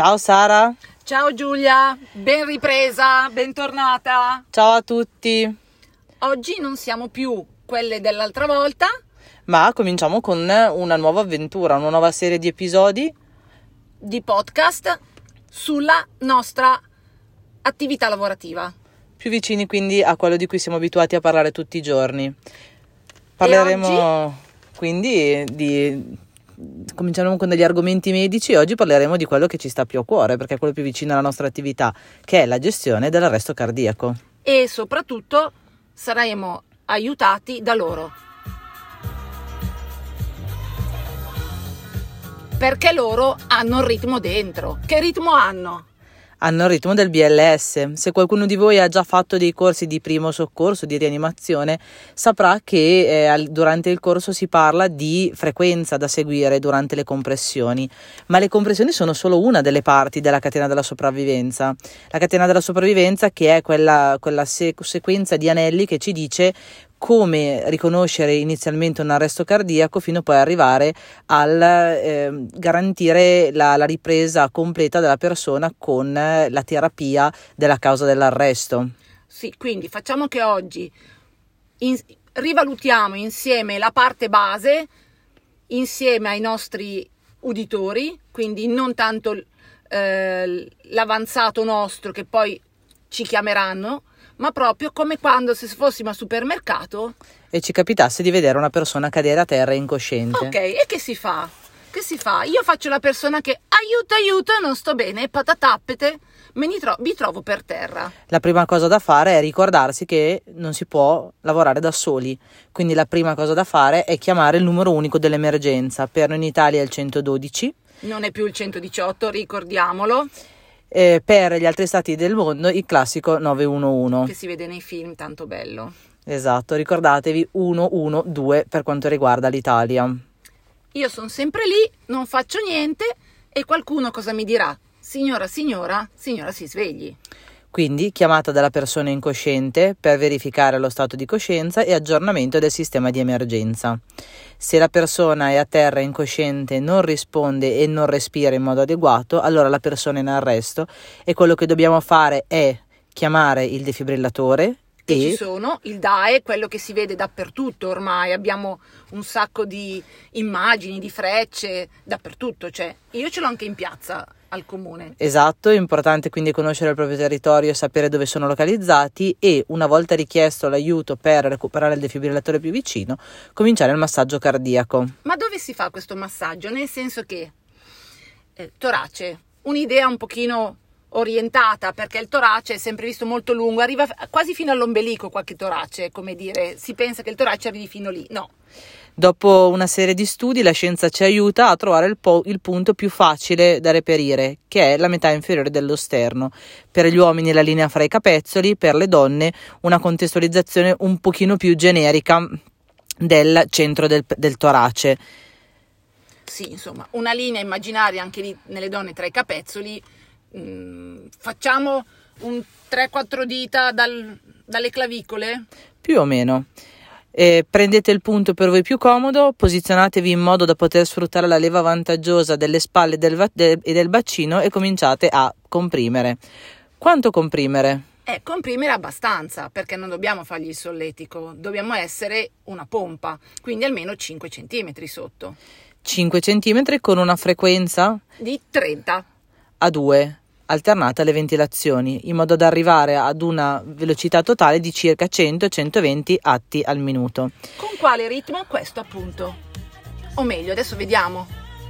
Ciao Sara. Ciao Giulia, ben ripresa, bentornata. Ciao a tutti. Oggi non siamo più quelle dell'altra volta, ma cominciamo con una nuova avventura, una nuova serie di episodi di podcast sulla nostra attività lavorativa. Più vicini quindi a quello di cui siamo abituati a parlare tutti i giorni. Parleremo quindi cominciamo con degli argomenti medici. Oggi parleremo di quello che ci sta più a cuore, perché è quello più vicino alla nostra attività, che è la gestione dell'arresto cardiaco. E soprattutto saremo aiutati da loro. Perché loro hanno il ritmo dentro. Che ritmo hanno? Hanno il ritmo del BLS. Se qualcuno di voi ha già fatto dei corsi di primo soccorso, di rianimazione, saprà che durante il corso si parla di frequenza da seguire durante le compressioni, ma le compressioni sono solo una delle parti della catena della sopravvivenza. La catena della sopravvivenza, che è quella sequenza di anelli che ci dice come riconoscere inizialmente un arresto cardiaco fino poi arrivare al garantire la ripresa completa della persona con la terapia della causa dell'arresto. Sì, quindi facciamo che oggi rivalutiamo insieme la parte base, insieme ai nostri uditori, quindi non tanto l'avanzato nostro che poi ci chiameranno, ma proprio come quando se fossimo al supermercato e ci capitasse di vedere una persona cadere a terra incosciente. Ok, e che si fa? Io faccio la persona che aiuto, non sto bene, patatappete, vi trovo per terra. La prima cosa da fare è ricordarsi che non si può lavorare da soli, quindi la prima cosa da fare è chiamare il numero unico dell'emergenza. Per noi in Italia è il 112. Non è più il 118, ricordiamolo. Per gli altri stati del mondo il classico 911 che si vede nei film, tanto bello. Esatto, ricordatevi 112 per quanto riguarda l'Italia. Io sono sempre lì, non faccio niente e qualcuno cosa mi dirà? Signora si svegli. Quindi chiamata della persona incosciente per verificare lo stato di coscienza e aggiornamento del sistema di emergenza. Se la persona è a terra incosciente, non risponde e non respira in modo adeguato, allora la persona è in arresto e quello che dobbiamo fare è chiamare il defibrillatore. Che ci sono, il DAE, quello che si vede dappertutto ormai, abbiamo un sacco di immagini, di frecce dappertutto, cioè io ce l'ho anche in piazza al comune. Esatto, è importante quindi conoscere il proprio territorio e sapere dove sono localizzati e una volta richiesto l'aiuto per recuperare il defibrillatore più vicino, cominciare il massaggio cardiaco. Ma dove si fa questo massaggio? Nel senso che torace, un'idea un pochino orientata, perché il torace è sempre visto molto lungo, arriva quasi fino all'ombelico qualche torace, come dire, si pensa che il torace arrivi fino lì, no. Dopo una serie di studi la scienza ci aiuta a trovare il punto più facile da reperire, che è la metà inferiore dello sterno. Per gli uomini la linea fra i capezzoli, per le donne una contestualizzazione un pochino più generica del centro del torace. Sì, insomma, una linea immaginaria anche lì nelle donne tra i capezzoli. Facciamo un 3-4 dita dalle clavicole? Più o meno. Prendete il punto per voi più comodo, posizionatevi in modo da poter sfruttare la leva vantaggiosa delle spalle e del bacino e cominciate a comprimere. Quanto comprimere? Comprimere abbastanza, perché non dobbiamo fargli il solletico, dobbiamo essere una pompa, quindi almeno 5 centimetri sotto. 5 centimetri con una frequenza? Di 30. A 2. Alternate alle ventilazioni, in modo da arrivare ad una velocità totale di circa 100-120 atti al minuto. Con quale ritmo? Questo appunto. O meglio, adesso vediamo.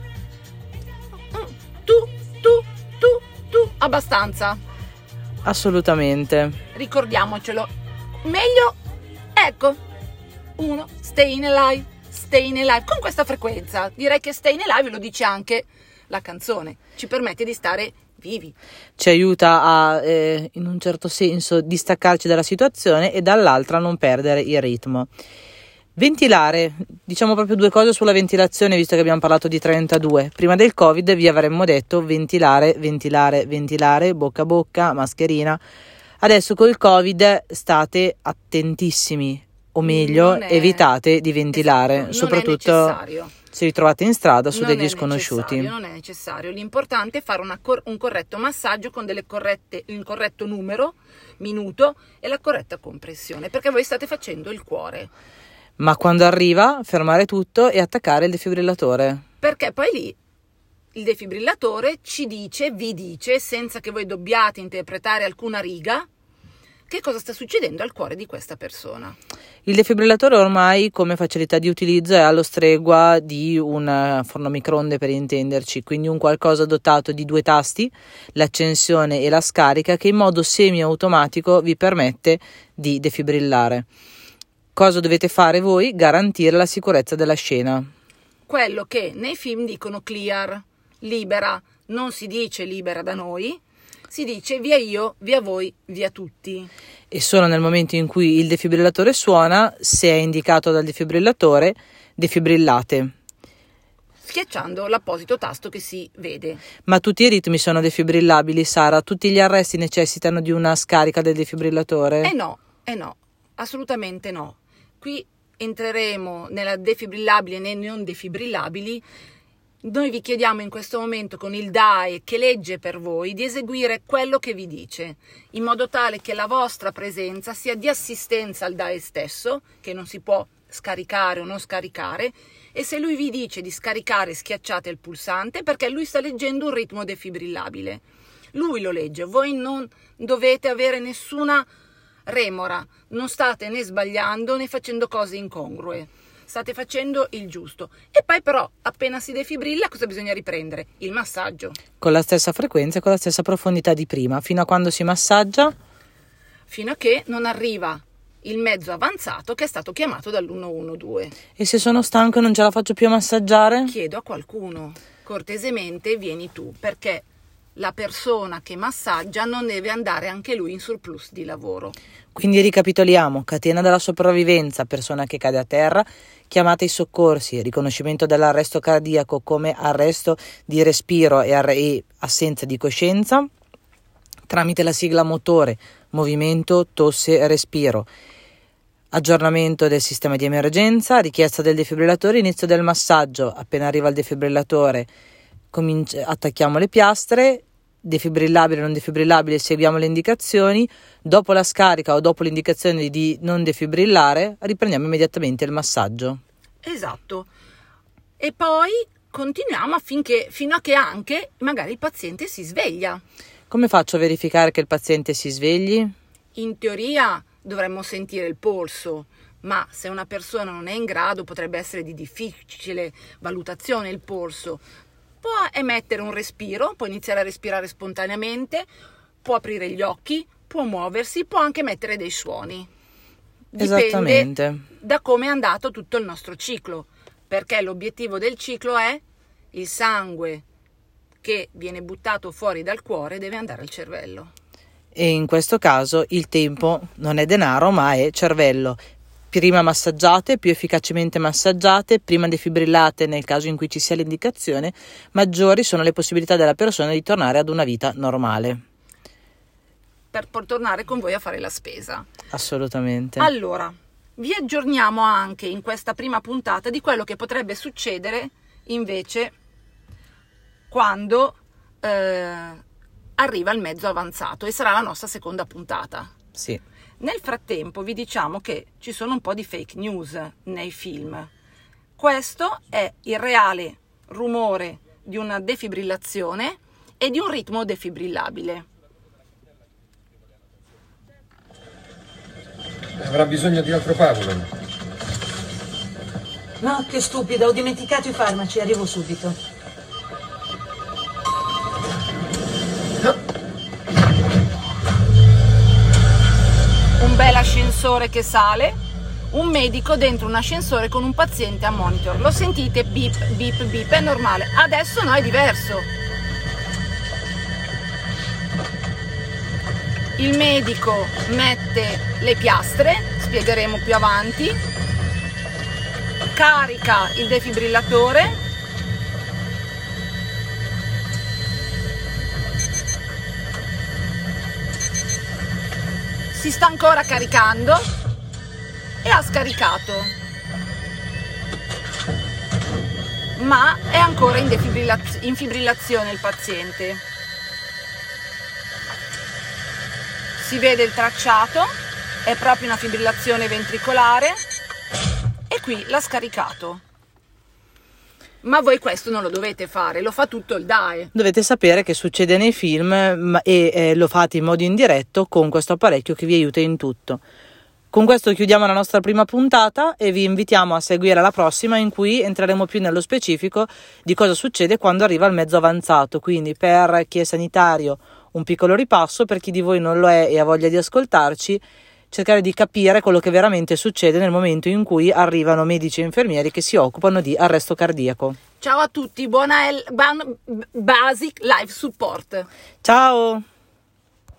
Tu, abbastanza. Assolutamente. Ricordiamocelo. Meglio, ecco. 1, staying alive. Con questa frequenza. Direi che staying alive lo dice anche la canzone. Ci permette di stare vivi. Ci aiuta a, in un certo senso, distaccarci dalla situazione e dall'altra non perdere il ritmo. Ventilare, diciamo proprio due cose sulla ventilazione, visto che abbiamo parlato di 32. Prima del Covid vi avremmo detto ventilare, bocca a bocca, mascherina. Adesso col Covid state attentissimi, o meglio evitate di ventilare, soprattutto Se vi trovate in strada su non degli è sconosciuti. Non è necessario, l'importante è fare un corretto massaggio con il corretto numero, minuto e la corretta compressione, perché voi state facendo il cuore. Ma quando arriva, fermare tutto e attaccare il defibrillatore. Perché poi lì il defibrillatore vi dice, senza che voi dobbiate interpretare alcuna riga, che cosa sta succedendo al cuore di questa persona. Il defibrillatore ormai come facilità di utilizzo è allo stregua di un forno microonde, per intenderci, quindi un qualcosa dotato di 2 tasti, l'accensione e la scarica, che in modo semi-automatico vi permette di defibrillare. Cosa dovete fare voi? Garantire la sicurezza della scena. Quello che nei film dicono clear, libera, non si dice libera da noi, si dice via io, via voi, via tutti. E solo nel momento in cui il defibrillatore suona, se è indicato dal defibrillatore, defibrillate. Schiacciando l'apposito tasto che si vede. Ma tutti i ritmi sono defibrillabili, Sara? Tutti gli arresti necessitano di una scarica del defibrillatore? No, assolutamente no. Qui entreremo nella defibrillabile e nei non defibrillabili. Noi vi chiediamo in questo momento con il DAE che legge per voi di eseguire quello che vi dice, in modo tale che la vostra presenza sia di assistenza al DAE stesso, che non si può scaricare o non scaricare, e se lui vi dice di scaricare schiacciate il pulsante perché lui sta leggendo un ritmo defibrillabile. Lui lo legge, voi non dovete avere nessuna remora, non state né sbagliando né facendo cose incongrue. State facendo il giusto. E poi però, appena si defibrilla, cosa bisogna riprendere? Il massaggio. Con la stessa frequenza e con la stessa profondità di prima. Fino a quando si massaggia? Fino a che non arriva il mezzo avanzato che è stato chiamato dall'112. E se sono stanco e non ce la faccio più a massaggiare? Chiedo a qualcuno, cortesemente vieni tu, perché la persona che massaggia non deve andare anche lui in surplus di lavoro. Quindi ricapitoliamo: catena della sopravvivenza, persona che cade a terra, chiamate i soccorsi, riconoscimento dell'arresto cardiaco come arresto di respiro e assenza di coscienza, tramite la sigla motore, movimento, tosse, respiro, aggiornamento del sistema di emergenza, richiesta del defibrillatore, inizio del massaggio, appena arriva il defibrillatore attacchiamo le piastre, defibrillabile o non defibrillabile, seguiamo le indicazioni, dopo la scarica o dopo l'indicazione di non defibrillare riprendiamo immediatamente il massaggio. Esatto, e poi continuiamo fino a che anche magari il paziente si sveglia. Come faccio a verificare che il paziente si svegli? In teoria dovremmo sentire il polso, ma se una persona non è in grado potrebbe essere di difficile valutazione il polso. Può emettere un respiro, può iniziare a respirare spontaneamente, può aprire gli occhi, può muoversi, può anche emettere dei suoni. Dipende da come è andato tutto il nostro ciclo, perché l'obiettivo del ciclo è il sangue che viene buttato fuori dal cuore deve andare al cervello. E in questo caso il tempo non è denaro, ma è cervello. Prima massaggiate, più efficacemente massaggiate, prima defibrillate nel caso in cui ci sia l'indicazione, maggiori sono le possibilità della persona di tornare ad una vita normale. Per tornare con voi a fare la spesa. Assolutamente. Allora, vi aggiorniamo anche in questa prima puntata di quello che potrebbe succedere invece quando arriva il mezzo avanzato, e sarà la nostra seconda puntata. Sì. Nel frattempo vi diciamo che ci sono un po' di fake news nei film. Questo è il reale rumore di una defibrillazione e di un ritmo defibrillabile. Avrà bisogno di altro Pavlov. No, che stupida, ho dimenticato i farmaci, arrivo subito. Un bel ascensore che sale, un medico dentro un ascensore con un paziente a monitor. Lo sentite? Beep, beep, beep, è normale. Adesso no, è diverso. Il medico mette le piastre, spiegheremo più avanti, carica il defibrillatore, si sta ancora caricando e ha scaricato. ma è ancora in fibrillazione il paziente. Si vede il tracciato, è proprio una fibrillazione ventricolare e qui l'ha scaricato. Ma voi questo non lo dovete fare, lo fa tutto il DAE. Dovete sapere che succede nei film e lo fate in modo indiretto con questo apparecchio che vi aiuta in tutto. Con questo chiudiamo la nostra prima puntata e vi invitiamo a seguire la prossima, in cui entreremo più nello specifico di cosa succede quando arriva il mezzo avanzato. Quindi per chi è sanitario un piccolo ripasso, per chi di voi non lo è e ha voglia di ascoltarci, cercare di capire quello che veramente succede nel momento in cui arrivano medici e infermieri che si occupano di arresto cardiaco. Ciao a tutti, buona Basic Life Support. Ciao!